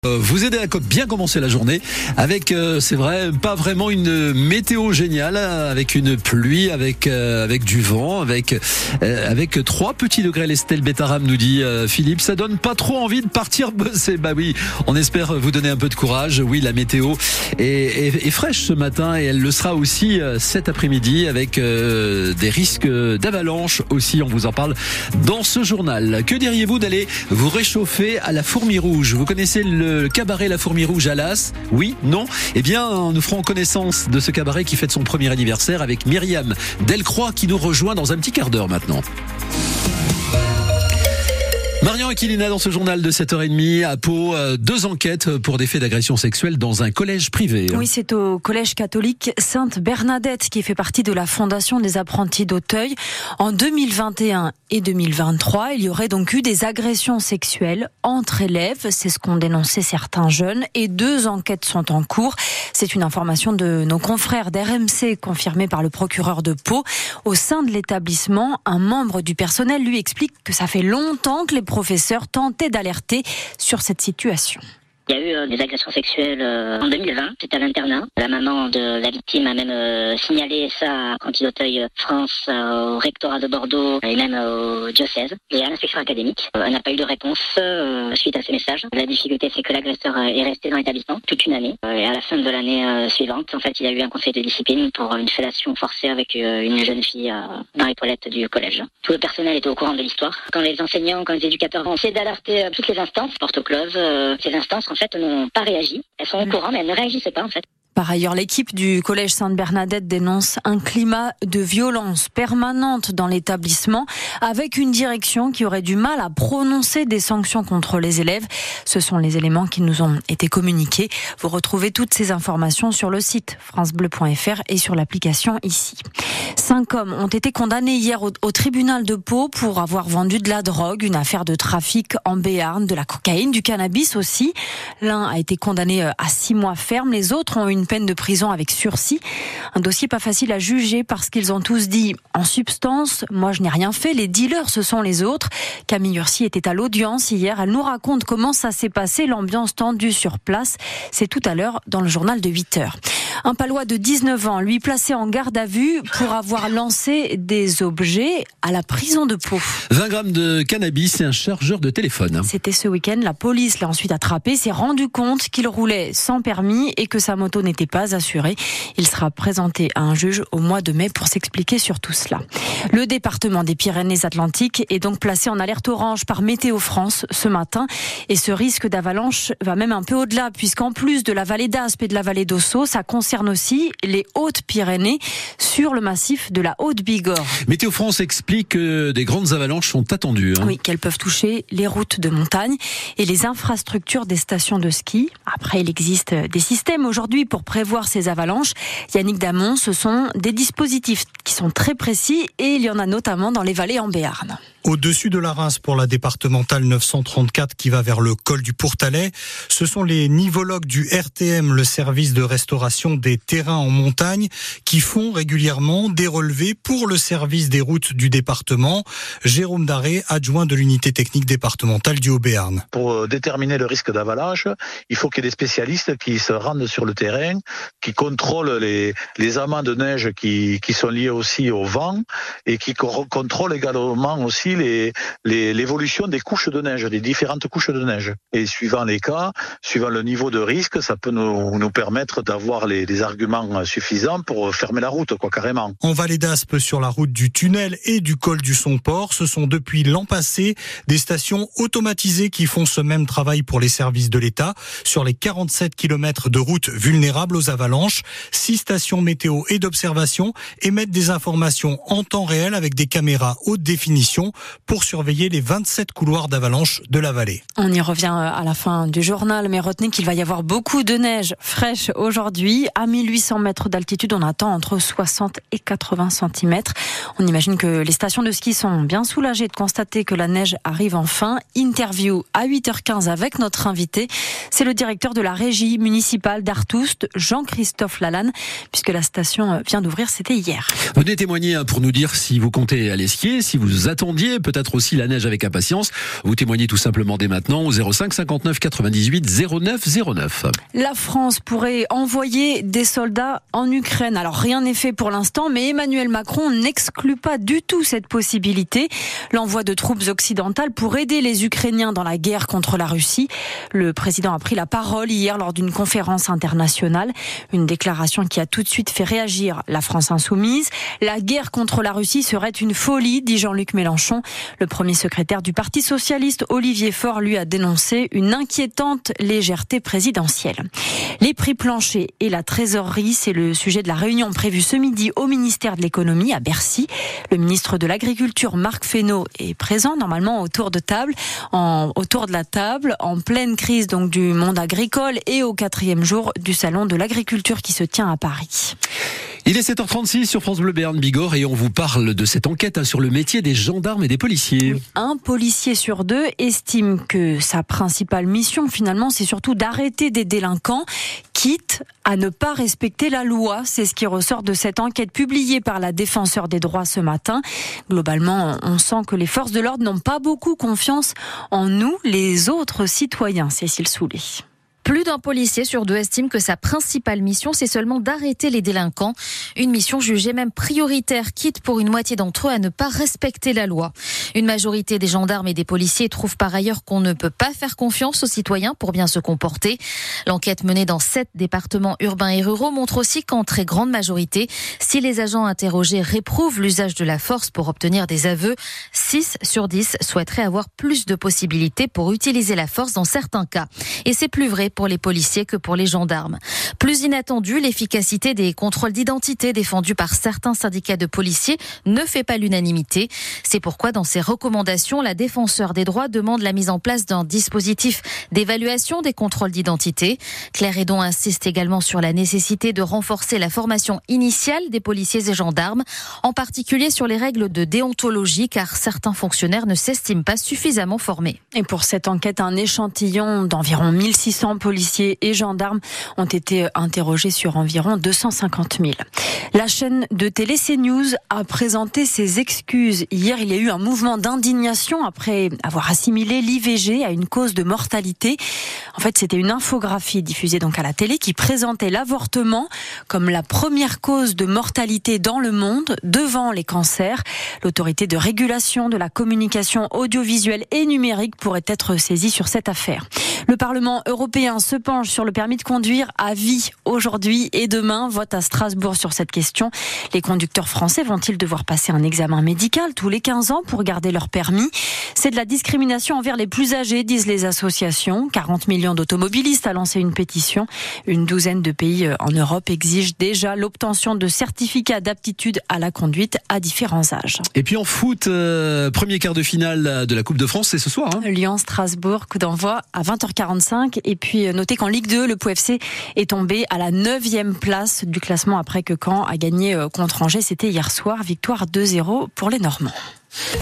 Vous aider à bien commencer la journée avec, c'est vrai, pas vraiment une météo géniale, avec une pluie, avec du vent, avec 3 petits degrés. L'Estelle Bétaram nous dit Philippe, ça donne pas trop envie de partir bosser. Bah oui, on espère vous donner un peu de courage. Oui, la météo est fraîche ce matin et elle le sera aussi cet après-midi avec des risques d'avalanche aussi. On vous en parle dans ce journal. Que diriez-vous d'aller vous réchauffer à la Fourmi Rouge? Vous connaissez le cabaret La Fourmi Rouge à Las? Oui? Non? Eh bien, nous ferons connaissance de ce cabaret qui fête son premier anniversaire avec Myriam Delcroix qui nous rejoint dans un petit quart d'heure maintenant. Marion Aquilina dans ce journal de 7h30 à Pau, 2 enquêtes pour des faits d'agression sexuelle dans un collège privé. Oui, c'est au collège catholique Sainte-Bernadette qui fait partie de la Fondation des apprentis d'Auteuil. En 2021 et 2023, il y aurait donc eu des agressions sexuelles entre élèves. C'est ce qu'ont dénoncé certains jeunes et 2 enquêtes sont en cours. C'est une information de nos confrères d'RMC confirmée par le procureur de Pau. Au sein de l'établissement, un membre du personnel lui explique que ça fait longtemps que les professeurs tentaient d'alerter sur cette situation. Il y a eu des agressions sexuelles en 2020, c'était à l'internat. La maman de la victime a même signalé ça à Apprentis d'Auteuil France, au rectorat de Bordeaux et même au diocèse et à l'inspection académique. Elle n'a pas eu de réponse suite à ces messages. La difficulté, c'est que l'agresseur est resté dans l'établissement toute une année. Et à la fin de l'année suivante, en fait, il y a eu un conseil de discipline pour une fellation forcée avec une jeune fille dans les toilettes du collège. Tout le personnel était au courant de l'histoire. Quand les enseignants, quand les éducateurs ont essayé d'alerter toutes les instances, porte close, ces instances, en fait, n'ont pas réagi. Elles sont au courant, mais elles ne réagissaient pas, en fait. Par ailleurs, l'équipe du collège Sainte-Bernadette dénonce un climat de violence permanente dans l'établissement, avec une direction qui aurait du mal à prononcer des sanctions contre les élèves. Ce sont les éléments qui nous ont été communiqués. Vous retrouvez toutes ces informations sur le site francebleu.fr et sur l'application ici. 5 hommes ont été condamnés hier au tribunal de Pau pour avoir vendu de la drogue, une affaire de trafic en Béarn, de la cocaïne, du cannabis aussi. L'un a été condamné à 6 mois ferme, les autres ont une peine de prison avec sursis. Un dossier pas facile à juger parce qu'ils ont tous dit en substance, moi je n'ai rien fait, les dealers ce sont les autres. Camille Ursi était à l'audience hier, elle nous raconte comment ça s'est passé, l'ambiance tendue sur place. C'est tout à l'heure dans le journal de 8h. Un Palois de 19 ans, lui placé en garde à vue pour avoir lancé des objets à la prison de Pau. 20 grammes de cannabis et un chargeur de téléphone. C'était ce week-end, la police l'a ensuite attrapé, s'est rendu compte qu'il roulait sans permis et que sa moto n'était pas assurée. Il sera présenté à un juge au mois de mai pour s'expliquer sur tout cela. Le département des Pyrénées-Atlantiques est donc placé en alerte orange par Météo France ce matin et ce risque d'avalanche va même un peu au-delà puisqu'en plus de la vallée d'Aspe et de la vallée d'Ossau, ça concerne aussi les Hautes-Pyrénées sur le massif de la Haute-Bigorre. Météo France explique que des grandes avalanches sont attendues. Oui, qu'elles peuvent toucher les routes de montagne et les infrastructures des stations de ski. Après, il existe des systèmes aujourd'hui pour prévoir ces avalanches. Yannick Damon, ce sont des dispositifs qui sont très précis et il y en a notamment dans les vallées en Béarn. Au-dessus de la Reims pour la départementale 934 qui va vers le col du Pourtalais, ce sont les nivologues du RTM, le service de restauration des terrains en montagne, qui font régulièrement des relevés pour le service des routes du département. Jérôme Daré, adjoint de l'unité technique départementale du Haut-Béarn. Pour déterminer le risque d'avalanche, il faut qu'il y ait des spécialistes qui se rendent sur le terrain, qui contrôlent les amas de neige qui sont liés aussi au vent et qui contrôlent également aussi l'évolution des couches de neige, des différentes couches de neige. Et suivant les cas, suivant le niveau de risque, ça peut nous permettre d'avoir les arguments suffisants pour fermer la route, carrément. En vallée d'Aspe, sur la route du tunnel et du col du Somport, ce sont depuis l'an passé des stations automatisées qui font ce même travail pour les services de l'État. Sur les 47 km de routes vulnérables aux avalanches, 6 stations météo et d'observation émettent des informations en temps réel avec des caméras haute définition pour surveiller les 27 couloirs d'avalanche de la vallée. On y revient à la fin du journal, mais retenez qu'il va y avoir beaucoup de neige fraîche aujourd'hui. À 1800 mètres d'altitude, on attend entre 60 et 80 cm. On imagine que les stations de ski sont bien soulagées de constater que la neige arrive enfin. Interview à 8h15 avec notre invité. C'est le directeur de la régie municipale d'Artoust, Jean-Christophe Lalanne, puisque la station vient d'ouvrir, c'était hier. Venez témoigner pour nous dire si vous comptez aller skier, si vous attendiez peut-être aussi la neige avec impatience. Vous témoignez tout simplement dès maintenant au 05 59 98 09 09. La France pourrait envoyer des soldats en Ukraine. Alors rien n'est fait pour l'instant, mais Emmanuel Macron n'exclut pas du tout cette possibilité. L'envoi de troupes occidentales pour aider les Ukrainiens dans la guerre contre la Russie. Le président a pris la parole hier lors d'une conférence internationale. Une déclaration qui a tout de suite fait réagir la France insoumise. La guerre contre la Russie serait une folie, dit Jean-Luc Mélenchon. Le premier secrétaire du Parti socialiste, Olivier Faure, lui a dénoncé une inquiétante légèreté présidentielle. Les prix planchers et la trésorerie, c'est le sujet de la réunion prévue ce midi au ministère de l'économie à Bercy. Le ministre de l'Agriculture, Marc Fesneau, est présent normalement autour de la table, en pleine crise donc du monde agricole et au 4e jour du salon de l'agriculture qui se tient à Paris. Il est 7h36 sur France Bleu Béarn Bigorre et on vous parle de cette enquête sur le métier des gendarmes et des policiers. Oui, un policier sur 2 estime que sa principale mission finalement c'est surtout d'arrêter des délinquants, quitte à ne pas respecter la loi. C'est ce qui ressort de cette enquête publiée par la Défenseure des droits ce matin. Globalement, on sent que les forces de l'ordre n'ont pas beaucoup confiance en nous, les autres citoyens. Cécile Soulet. Plus d'un policier sur 2 estime que sa principale mission, c'est seulement d'arrêter les délinquants. Une mission jugée même prioritaire, quitte pour une moitié d'entre eux à ne pas respecter la loi. Une majorité des gendarmes et des policiers trouvent par ailleurs qu'on ne peut pas faire confiance aux citoyens pour bien se comporter. L'enquête menée dans 7 départements urbains et ruraux montre aussi qu'en très grande majorité, si les agents interrogés réprouvent l'usage de la force pour obtenir des aveux, 6 sur 10 souhaiteraient avoir plus de possibilités pour utiliser la force dans certains cas. Et c'est plus vrai pour les policiers que pour les gendarmes. Plus inattendu, l'efficacité des contrôles d'identité défendus par certains syndicats de policiers ne fait pas l'unanimité. C'est pourquoi dans ses recommandations, la Défenseure des droits demande la mise en place d'un dispositif d'évaluation des contrôles d'identité. Claire Hédon insiste également sur la nécessité de renforcer la formation initiale des policiers et gendarmes, en particulier sur les règles de déontologie, car certains fonctionnaires ne s'estiment pas suffisamment formés. Et pour cette enquête, un échantillon d'environ 1600 policiers et gendarmes ont été interrogés sur environ 250 000. La chaîne de télé CNews a présenté ses excuses. Hier, il y a eu un mouvement d'indignation après avoir assimilé l'IVG à une cause de mortalité. En fait, c'était une infographie diffusée donc à la télé qui présentait l'avortement comme la première cause de mortalité dans le monde devant les cancers. L'autorité de régulation de la communication audiovisuelle et numérique pourrait être saisie sur cette affaire. Le Parlement européen se penche sur le permis de conduire à vie aujourd'hui et demain. Vote à Strasbourg sur cette question. Les conducteurs français vont-ils devoir passer un examen médical tous les 15 ans pour garder leur permis ? C'est de la discrimination envers les plus âgés, disent les associations. 40 millions d'automobilistes a lancé une pétition. Une douzaine de pays en Europe exigent déjà l'obtention de certificats d'aptitude à la conduite à différents âges. Et puis en foot, premier quart de finale de la Coupe de France, c'est ce soir. Lyon-Strasbourg, coup d'envoi à 20h45. Et puis notez qu'en Ligue 2, le Pau FC est tombé à la 9e place du classement après que Caen a gagné contre Angers. C'était hier soir, victoire 2-0 pour les Normands.